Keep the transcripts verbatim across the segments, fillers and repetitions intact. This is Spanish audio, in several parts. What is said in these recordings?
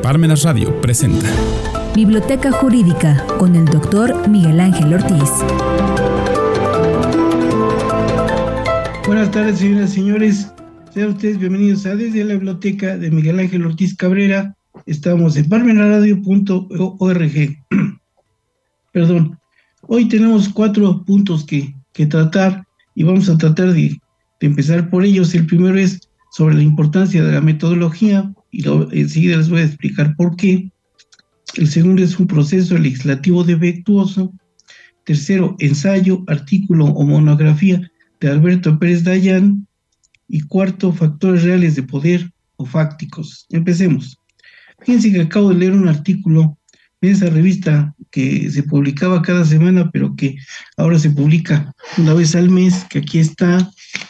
Parmenas Radio presenta Biblioteca Jurídica con el doctor Miguel Ángel Ortiz. Buenas tardes, señoras y señores. Sean ustedes bienvenidos a Desde la Biblioteca de Miguel Ángel Ortiz Cabrera. Estamos en parmenas radio punto org. Perdón. Hoy tenemos cuatro puntos que, que tratar y vamos a tratar de, de empezar por ellos. El primero es sobre la importancia de la metodología y lo, enseguida les voy a explicar por qué. El segundo es un proceso legislativo defectuoso. Tercero, ensayo, artículo o monografía de Alberto Pérez Dayán. Y cuarto, factores reales de poder o fácticos. Empecemos. Fíjense que acabo de leer un artículo en esa revista que se publicaba cada semana, pero que ahora se publica una vez al mes, que aquí está.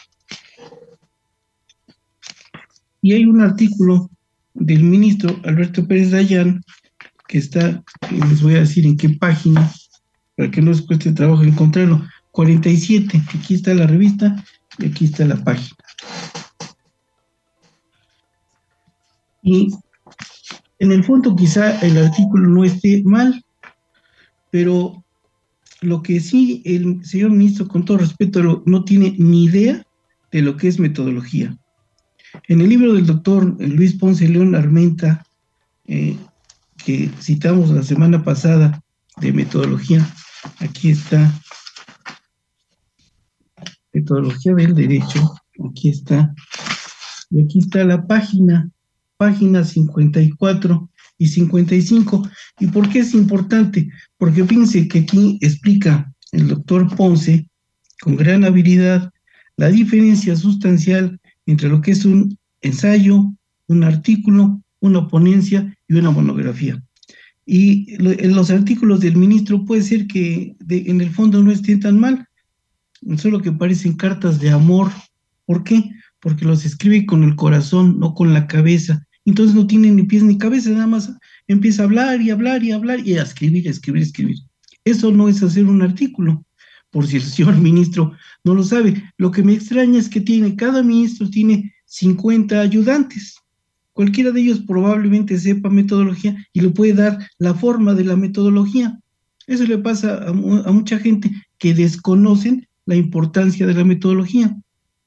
Y hay un artículo del ministro Alberto Pérez Dayán, que está, les voy a decir en qué página, para que no les cueste trabajo encontrarlo, cuarenta y siete, aquí está la revista y aquí está la página. Y en el fondo quizá el artículo no esté mal, pero lo que sí el señor ministro, con todo respeto, no tiene ni idea de lo que es metodología. En el libro del doctor Luis Ponce León Armenta, eh, que citamos la semana pasada de metodología, aquí está, metodología del derecho, aquí está, y aquí está la página, página cincuenta y cuatro y cincuenta y cinco. ¿Y por qué es importante? Porque fíjense que aquí explica el doctor Ponce, con gran habilidad, la diferencia sustancial entre lo que es un ensayo, un artículo, una ponencia y una monografía. Y lo, en los artículos del ministro puede ser que de, en el fondo no estén tan mal, solo que parecen cartas de amor. ¿Por qué? Porque los escribe con el corazón, no con la cabeza. Entonces no tiene ni pies ni cabeza, nada más empieza a hablar y hablar y hablar y a escribir, escribir, escribir. Eso no es hacer un artículo, por si el señor ministro no lo sabe. Lo que me extraña es que tiene, cada ministro tiene cincuenta ayudantes. Cualquiera de ellos probablemente sepa metodología y le puede dar la forma de la metodología. Eso le pasa a, a mucha gente que desconocen la importancia de la metodología.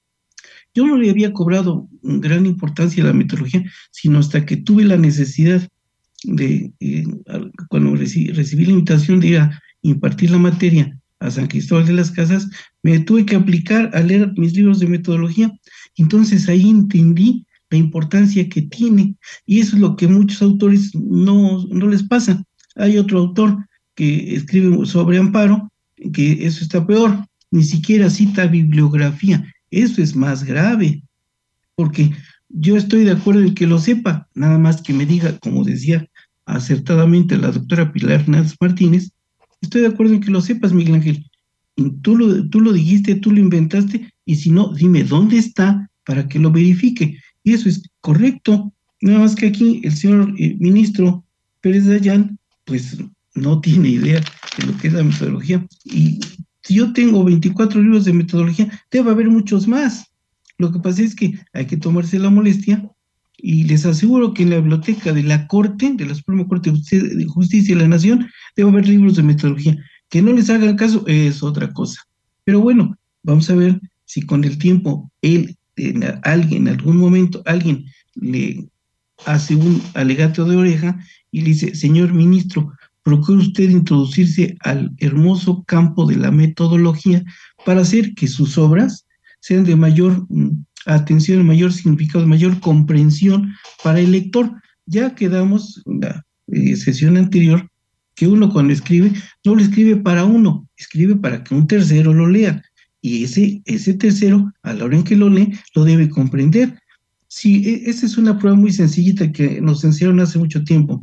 Yo no le había cobrado gran importancia a la metodología, sino hasta que tuve la necesidad de, eh, cuando recibí, recibí la invitación de ir a impartir la materia a San Cristóbal de las Casas, me tuve que aplicar a leer mis libros de metodología. Entonces ahí entendí la importancia que tiene, y eso es lo que muchos autores no, no les pasa. Hay otro autor que escribe sobre amparo, que eso está peor, ni siquiera cita bibliografía. Eso es más grave, porque yo estoy de acuerdo en que lo sepa, nada más que me diga, como decía acertadamente la doctora Pilar Hernández Martínez, estoy de acuerdo en que lo sepas, Miguel Ángel. Tú lo, tú lo dijiste, tú lo inventaste, y si no, dime dónde está para que lo verifique. Y eso es correcto. Nada más que aquí el señor eh, ministro Pérez Dayán, pues no tiene idea de lo que es la metodología. Y si yo tengo veinticuatro libros de metodología, debe haber muchos más. Lo que pasa es que hay que tomarse la molestia, y les aseguro que en la biblioteca de la Corte, de la Suprema Corte de Justicia de la Nación, debe haber libros de metodología. Que no les hagan caso es otra cosa. Pero bueno, vamos a ver si con el tiempo él, en alguien, en algún momento, alguien le hace un alegato de oreja y le dice: señor ministro, procure usted introducirse al hermoso campo de la metodología para hacer que sus obras sean de mayor mm, atención, de mayor significado, de mayor comprensión para el lector. Ya quedamos en la eh, sesión anterior que uno cuando escribe, no lo escribe para uno, escribe para que un tercero lo lea. Y ese, ese tercero, a la hora en que lo lee, lo debe comprender. Sí, esa es una prueba muy sencillita que nos enseñaron hace mucho tiempo.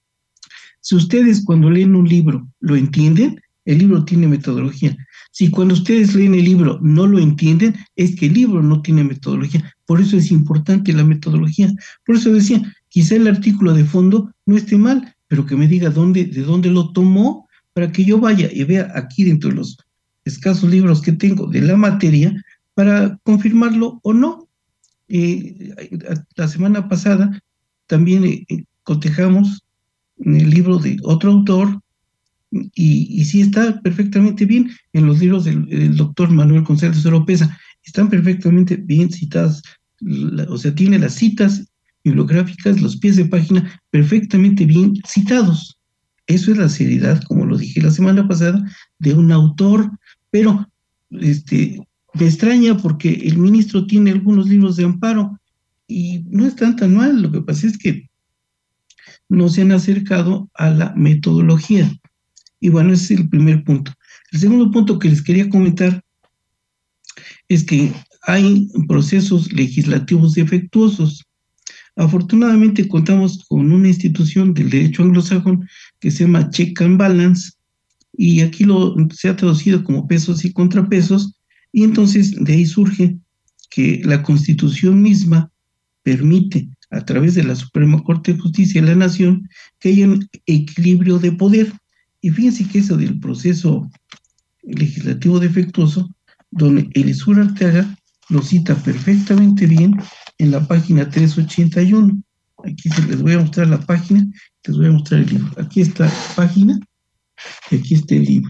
Si ustedes cuando leen un libro lo entienden, el libro tiene metodología. Si cuando ustedes leen el libro no lo entienden, es que el libro no tiene metodología. Por eso es importante la metodología. Por eso decía, quizá el artículo de fondo no esté mal, pero que me diga dónde, de dónde lo tomó, para que yo vaya y vea aquí dentro de los escasos libros que tengo de la materia, para confirmarlo o no. Eh, la semana pasada también eh, cotejamos en el libro de otro autor, y, y sí está perfectamente bien en los libros del, del doctor Manuel González Oropesa, están perfectamente bien citadas, la, o sea, tiene las citas bibliográficas, los pies de página perfectamente bien citados. Eso es la seriedad, como lo dije la semana pasada, de un autor, pero este, me extraña porque el ministro tiene algunos libros de amparo y no están tan mal, lo que pasa es que no se han acercado a la metodología. Y bueno, ese es el primer punto. El segundo punto que les quería comentar es que hay procesos legislativos defectuosos. Afortunadamente contamos con una institución del derecho anglosajón que se llama Check and Balance, y aquí lo, se ha traducido como pesos y contrapesos, y entonces de ahí surge que la Constitución misma permite, a través de la Suprema Corte de Justicia de la Nación, que haya un equilibrio de poder. Y fíjense que eso del proceso legislativo defectuoso, donde Elisur Arteaga lo cita perfectamente bien en la página trescientos ochenta y uno. Aquí se les voy a mostrar la página, les voy a mostrar el libro. Aquí está la página y aquí está el libro.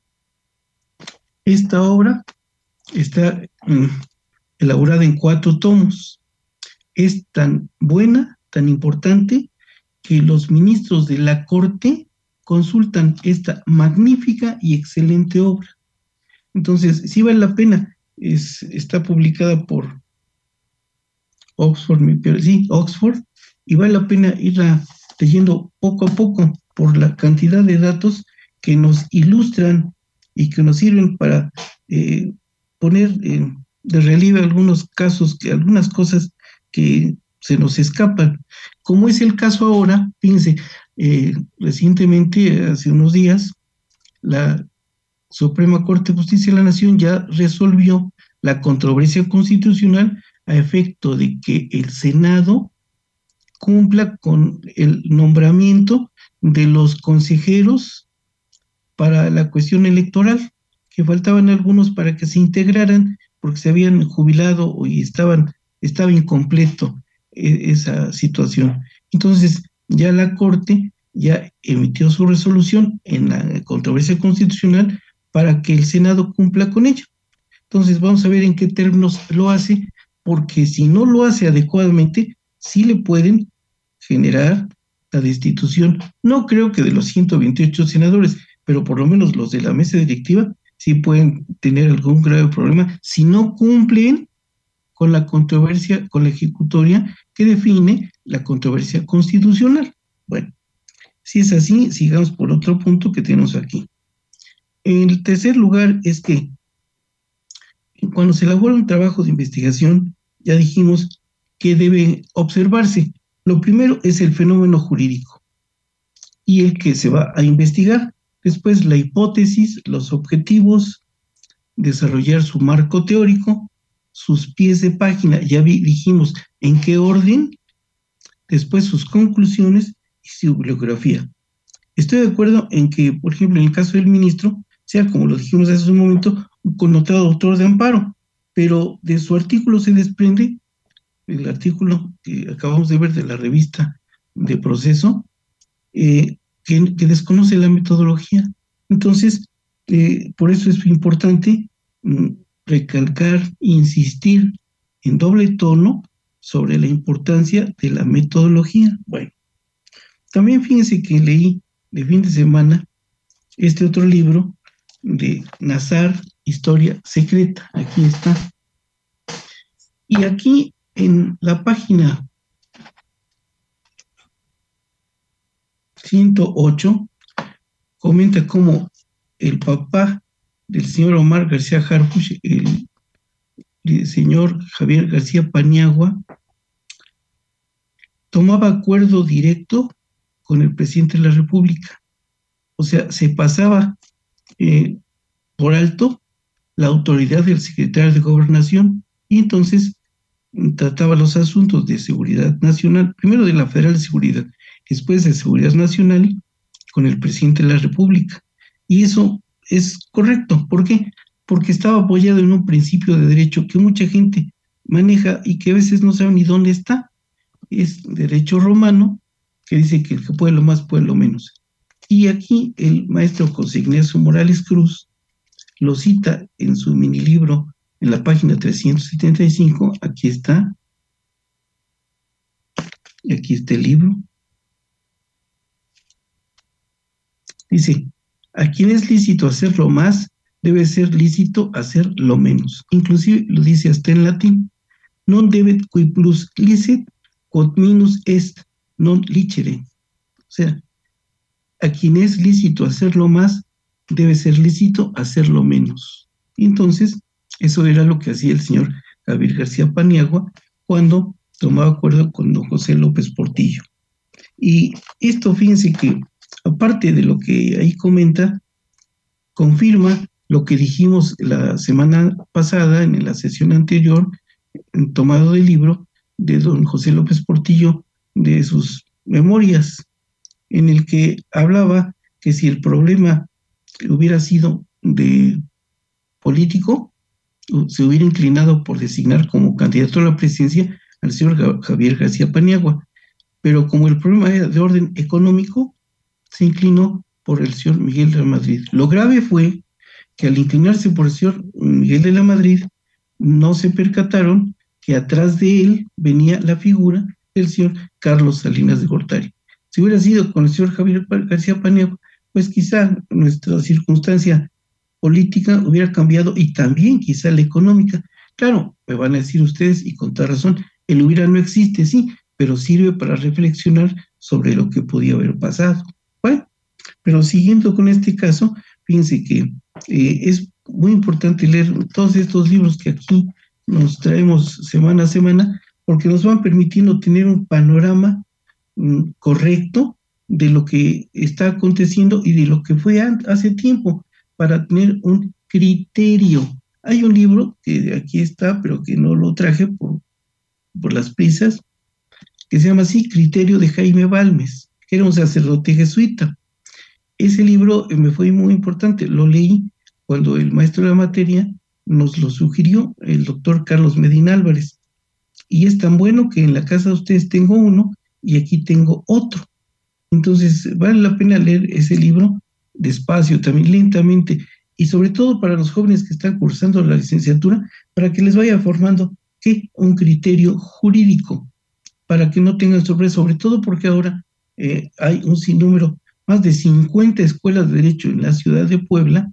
Esta obra está mm, elaborada en cuatro tomos. Es tan buena, tan importante, que los ministros de la Corte consultan esta magnífica y excelente obra. Entonces, sí vale la pena. Es, está publicada por Oxford, sí, Oxford, y vale la pena irla leyendo poco a poco por la cantidad de datos que nos ilustran y que nos sirven para eh, poner eh, de relieve algunos casos, que algunas cosas que se nos escapan, como es el caso ahora. Fíjense, eh, recientemente, hace unos días, la Suprema Corte de Justicia de la Nación ya resolvió la controversia constitucional a efecto de que el Senado cumpla con el nombramiento de los consejeros para la cuestión electoral, que faltaban algunos para que se integraran porque se habían jubilado y estaban, estaba incompleto eh, esa situación. Entonces, ya la Corte ya emitió su resolución en la controversia constitucional para que el Senado cumpla con ello. Entonces, vamos a ver en qué términos lo hace, porque si no lo hace adecuadamente, sí le pueden generar la destitución. No creo que de los ciento veintiocho senadores, pero por lo menos los de la mesa directiva sí pueden tener algún grave problema si no cumplen con la controversia, con la ejecutoria que define la controversia constitucional. Bueno, si es así, sigamos por otro punto que tenemos aquí. El tercer lugar es que cuando se elabora un trabajo de investigación, ya dijimos que debe observarse. Lo primero es el fenómeno jurídico y el que se va a investigar. Después la hipótesis, los objetivos, desarrollar su marco teórico, sus pies de página, ya vi, dijimos en qué orden, después sus conclusiones y su bibliografía. Estoy de acuerdo en que, por ejemplo, en el caso del ministro, sea, como lo dijimos hace un momento, un connotado autor de amparo, pero de su artículo se desprende, el artículo que acabamos de ver de la revista de Proceso, eh, que, que desconoce la metodología. Entonces, eh, por eso es importante mm, recalcar, insistir en doble tono sobre la importancia de la metodología. Bueno, también fíjense que leí de fin de semana este otro libro de Nazar, Historia Secreta. Aquí está. Y aquí en la página ciento ocho comenta cómo el papá del señor Omar García Harfuch, el, el señor Javier García Paniagua, tomaba acuerdo directo con el presidente de la República. O sea, se pasaba eh, por alto la autoridad del secretario de Gobernación y entonces trataba los asuntos de seguridad nacional, primero de la Federal de Seguridad, después de Seguridad Nacional con el presidente de la República. Y eso es correcto. ¿Por qué? Porque estaba apoyado en un principio de derecho que mucha gente maneja y que a veces no sabe ni dónde está. Es derecho romano, que dice que el que puede lo más puede lo menos. Y aquí el maestro José Ignacio Morales Cruz lo cita en su mini libro en la página trescientos setenta y cinco. Aquí está. Y aquí está el libro. Dice, a quien es lícito hacer lo más, debe ser lícito hacer lo menos. Inclusive lo dice hasta en latín. Non debet qui plus licet, quod minus est non licere. O sea, a quien es lícito hacer lo más, debe ser lícito hacer lo menos. Y entonces, eso era lo que hacía el señor Javier García Paniagua cuando tomaba acuerdo con don José López Portillo. Y esto, fíjense que, aparte de lo que ahí comenta, confirma lo que dijimos la semana pasada, en la sesión anterior, en tomado del libro de don José López Portillo, de sus memorias, en el que hablaba que si el problema hubiera sido de político, se hubiera inclinado por designar como candidato a la presidencia al señor Javier García Paniagua, pero como el problema era de orden económico, se inclinó por el señor Miguel de la Madrid. Lo grave fue que al inclinarse por el señor Miguel de la Madrid, no se percataron que atrás de él venía la figura del señor Carlos Salinas de Gortari. Si hubiera sido con el señor Javier García Paniagua, pues quizá nuestra circunstancia política hubiera cambiado y también quizá la económica. Claro, me van a decir ustedes, y con toda razón, el hubiera no existe, sí, pero sirve para reflexionar sobre lo que podía haber pasado. Bueno, pero siguiendo con este caso, fíjense que eh, es muy importante leer todos estos libros que aquí nos traemos semana a semana, porque nos van permitiendo tener un panorama mm, correcto de lo que está aconteciendo y de lo que fue hace tiempo, para tener un criterio. Hay un libro que aquí está, pero que no lo traje por, por las prisas, que se llama así, Criterio, de Jaime Balmes, que era un sacerdote jesuita. Ese libro me fue muy importante, lo leí cuando el maestro de la materia nos lo sugirió, el doctor Carlos Medina Álvarez, y es tan bueno que en la casa de ustedes tengo uno y aquí tengo otro. Entonces vale la pena leer ese libro despacio, también lentamente, y sobre todo para los jóvenes que están cursando la licenciatura, para que les vaya formando ¿qué? Un criterio jurídico, para que no tengan sorpresa, sobre todo porque ahora eh, hay un sinnúmero, más de cincuenta escuelas de derecho en la ciudad de Puebla,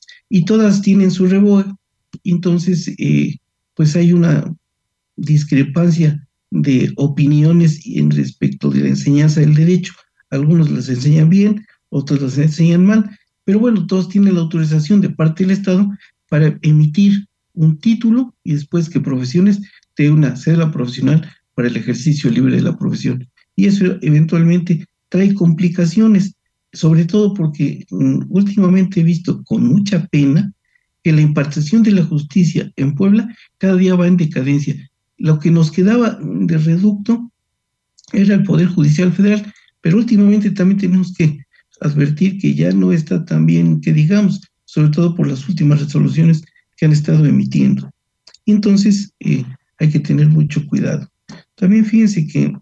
y todas tienen su reboe. Entonces eh, pues hay una discrepancia de opiniones en respecto de la enseñanza del derecho. Algunos las enseñan bien, otros las enseñan mal, pero bueno, todos tienen la autorización de parte del Estado para emitir un título y después que Profesiones dé una cédula profesional para el ejercicio libre de la profesión. Y eso eventualmente trae complicaciones, sobre todo porque um, últimamente he visto con mucha pena que la impartición de la justicia en Puebla cada día va en decadencia. Lo que nos quedaba de reducto era el Poder Judicial Federal, pero últimamente también tenemos que advertir que ya no está tan bien que digamos, sobre todo por las últimas resoluciones que han estado emitiendo. Entonces, eh, hay que tener mucho cuidado. También fíjense que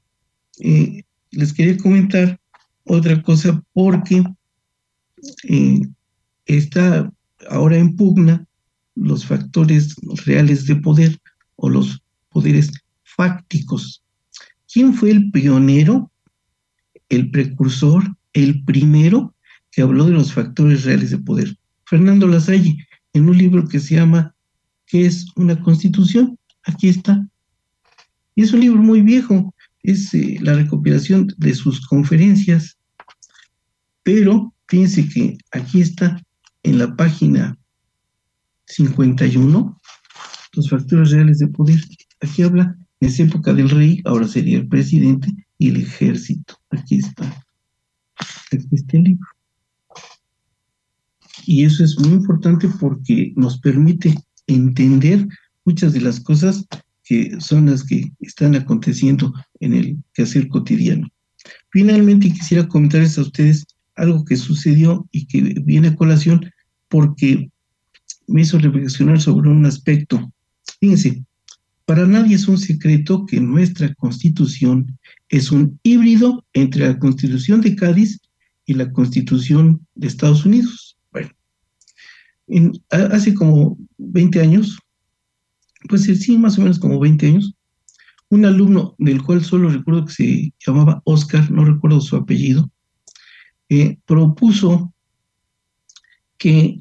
eh, les quería comentar otra cosa, porque eh, está ahora en pugna los factores reales de poder o los poderes fácticos. ¿Quién fue el pionero, el precursor, el primero que habló de los factores reales de poder? Fernando Lasalle, en un libro que se llama ¿Qué es una constitución? Aquí está. Y es un libro muy viejo, es eh, la recopilación de sus conferencias, pero fíjense que aquí está en la página cincuenta y uno, los factores reales de poder. Aquí habla, en esa época del rey, ahora sería el presidente y el ejército. Aquí está. Aquí está el libro. Y eso es muy importante porque nos permite entender muchas de las cosas que son las que están aconteciendo en el quehacer cotidiano. Finalmente quisiera comentarles a ustedes algo que sucedió y que viene a colación porque me hizo reflexionar sobre un aspecto. Fíjense, para nadie es un secreto que nuestra Constitución es un híbrido entre la Constitución de Cádiz y la Constitución de Estados Unidos. Bueno, en, hace como veinte años, pues sí, más o menos como veinte años, un alumno del cual solo recuerdo que se llamaba Oscar, no recuerdo su apellido, eh, propuso que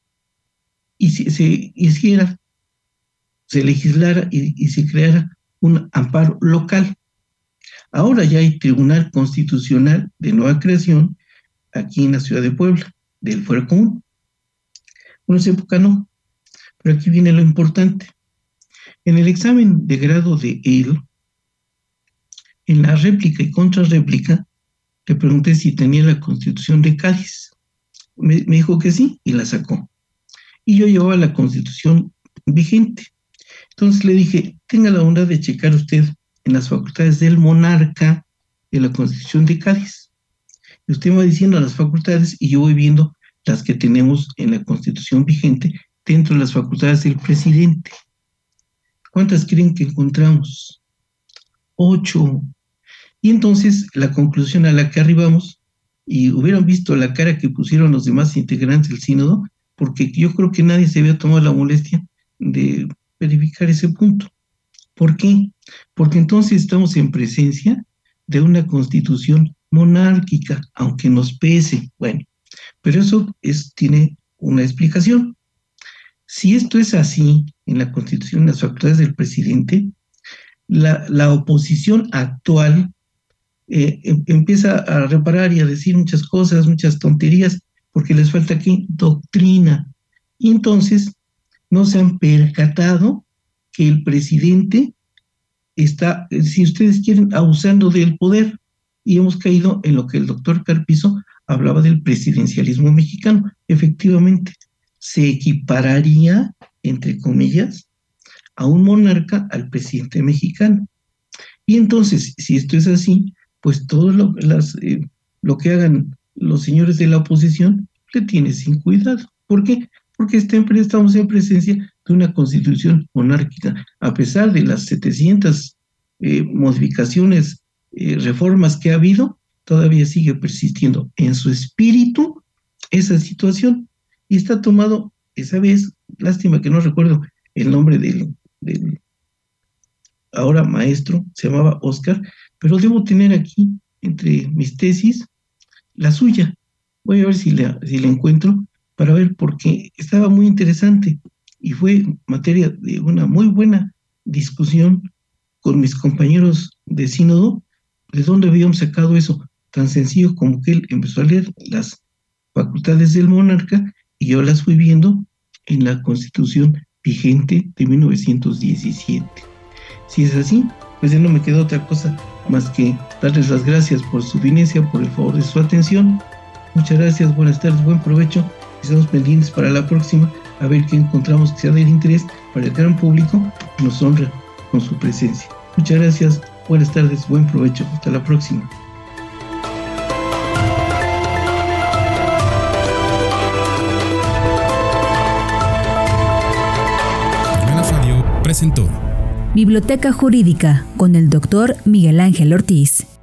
y se, se hiciera, se legislara y, y se creara un amparo local. Ahora ya hay Tribunal Constitucional de nueva creación aquí en la ciudad de Puebla, del Fuero Común. En esa época no, pero aquí viene lo importante. En el examen de grado de él, en la réplica y contrarréplica, le pregunté si tenía la Constitución de Cádiz. Me, me dijo que sí y la sacó. Y yo llevaba la Constitución vigente. Entonces le dije, tenga la bondad de checar usted en las facultades del monarca de la Constitución de Cádiz. Y usted me va diciendo las facultades y yo voy viendo las que tenemos en la Constitución vigente dentro de las facultades del presidente. ¿Cuántas creen que encontramos? Ocho. Y entonces la conclusión a la que arribamos, y hubieran visto la cara que pusieron los demás integrantes del sínodo, porque yo creo que nadie se había tomado la molestia de verificar ese punto. ¿Por qué? Porque entonces estamos en presencia de una constitución monárquica, aunque nos pese. Bueno, pero eso es, tiene una explicación. Si esto es así en la Constitución, en las facultades del presidente, la, la oposición actual eh, em, empieza a reparar y a decir muchas cosas, muchas tonterías, porque les falta aquí doctrina. Y entonces no se han percatado que el presidente está, si ustedes quieren, abusando del poder. Y hemos caído en lo que el doctor Carpizo hablaba del presidencialismo mexicano. Efectivamente, se equipararía, entre comillas, a un monarca al presidente mexicano. Y entonces, si esto es así, pues todo lo, las, eh, lo que hagan los señores de la oposición le tiene sin cuidado. ¿Por qué? Porque estamos en presencia de una constitución monárquica. A pesar de las setecientas eh, modificaciones, eh, reformas que ha habido, todavía sigue persistiendo en su espíritu esa situación. Y está tomado, esa vez, lástima que no recuerdo el nombre del, del ahora maestro, se llamaba Oscar, pero debo tener aquí, entre mis tesis, la suya. Voy a ver si la, si la encuentro, para ver, porque estaba muy interesante y fue materia de una muy buena discusión con mis compañeros de sínodo, de dónde habíamos sacado eso, tan sencillo como que él empezó a leer las facultades del monarca y yo las fui viendo en la Constitución vigente de mil novecientos diecisiete. Si es así, pues ya no me queda otra cosa más que darles las gracias por su vinencia, por el favor de su atención. Muchas gracias, buenas tardes, buen provecho. Estamos pendientes para la próxima a ver qué encontramos que sea del interés para el gran público que nos honra con su presencia. Muchas gracias, buenas tardes, buen provecho. Hasta la próxima. Presentó Biblioteca Jurídica con el doctor Miguel Ángel Ortiz.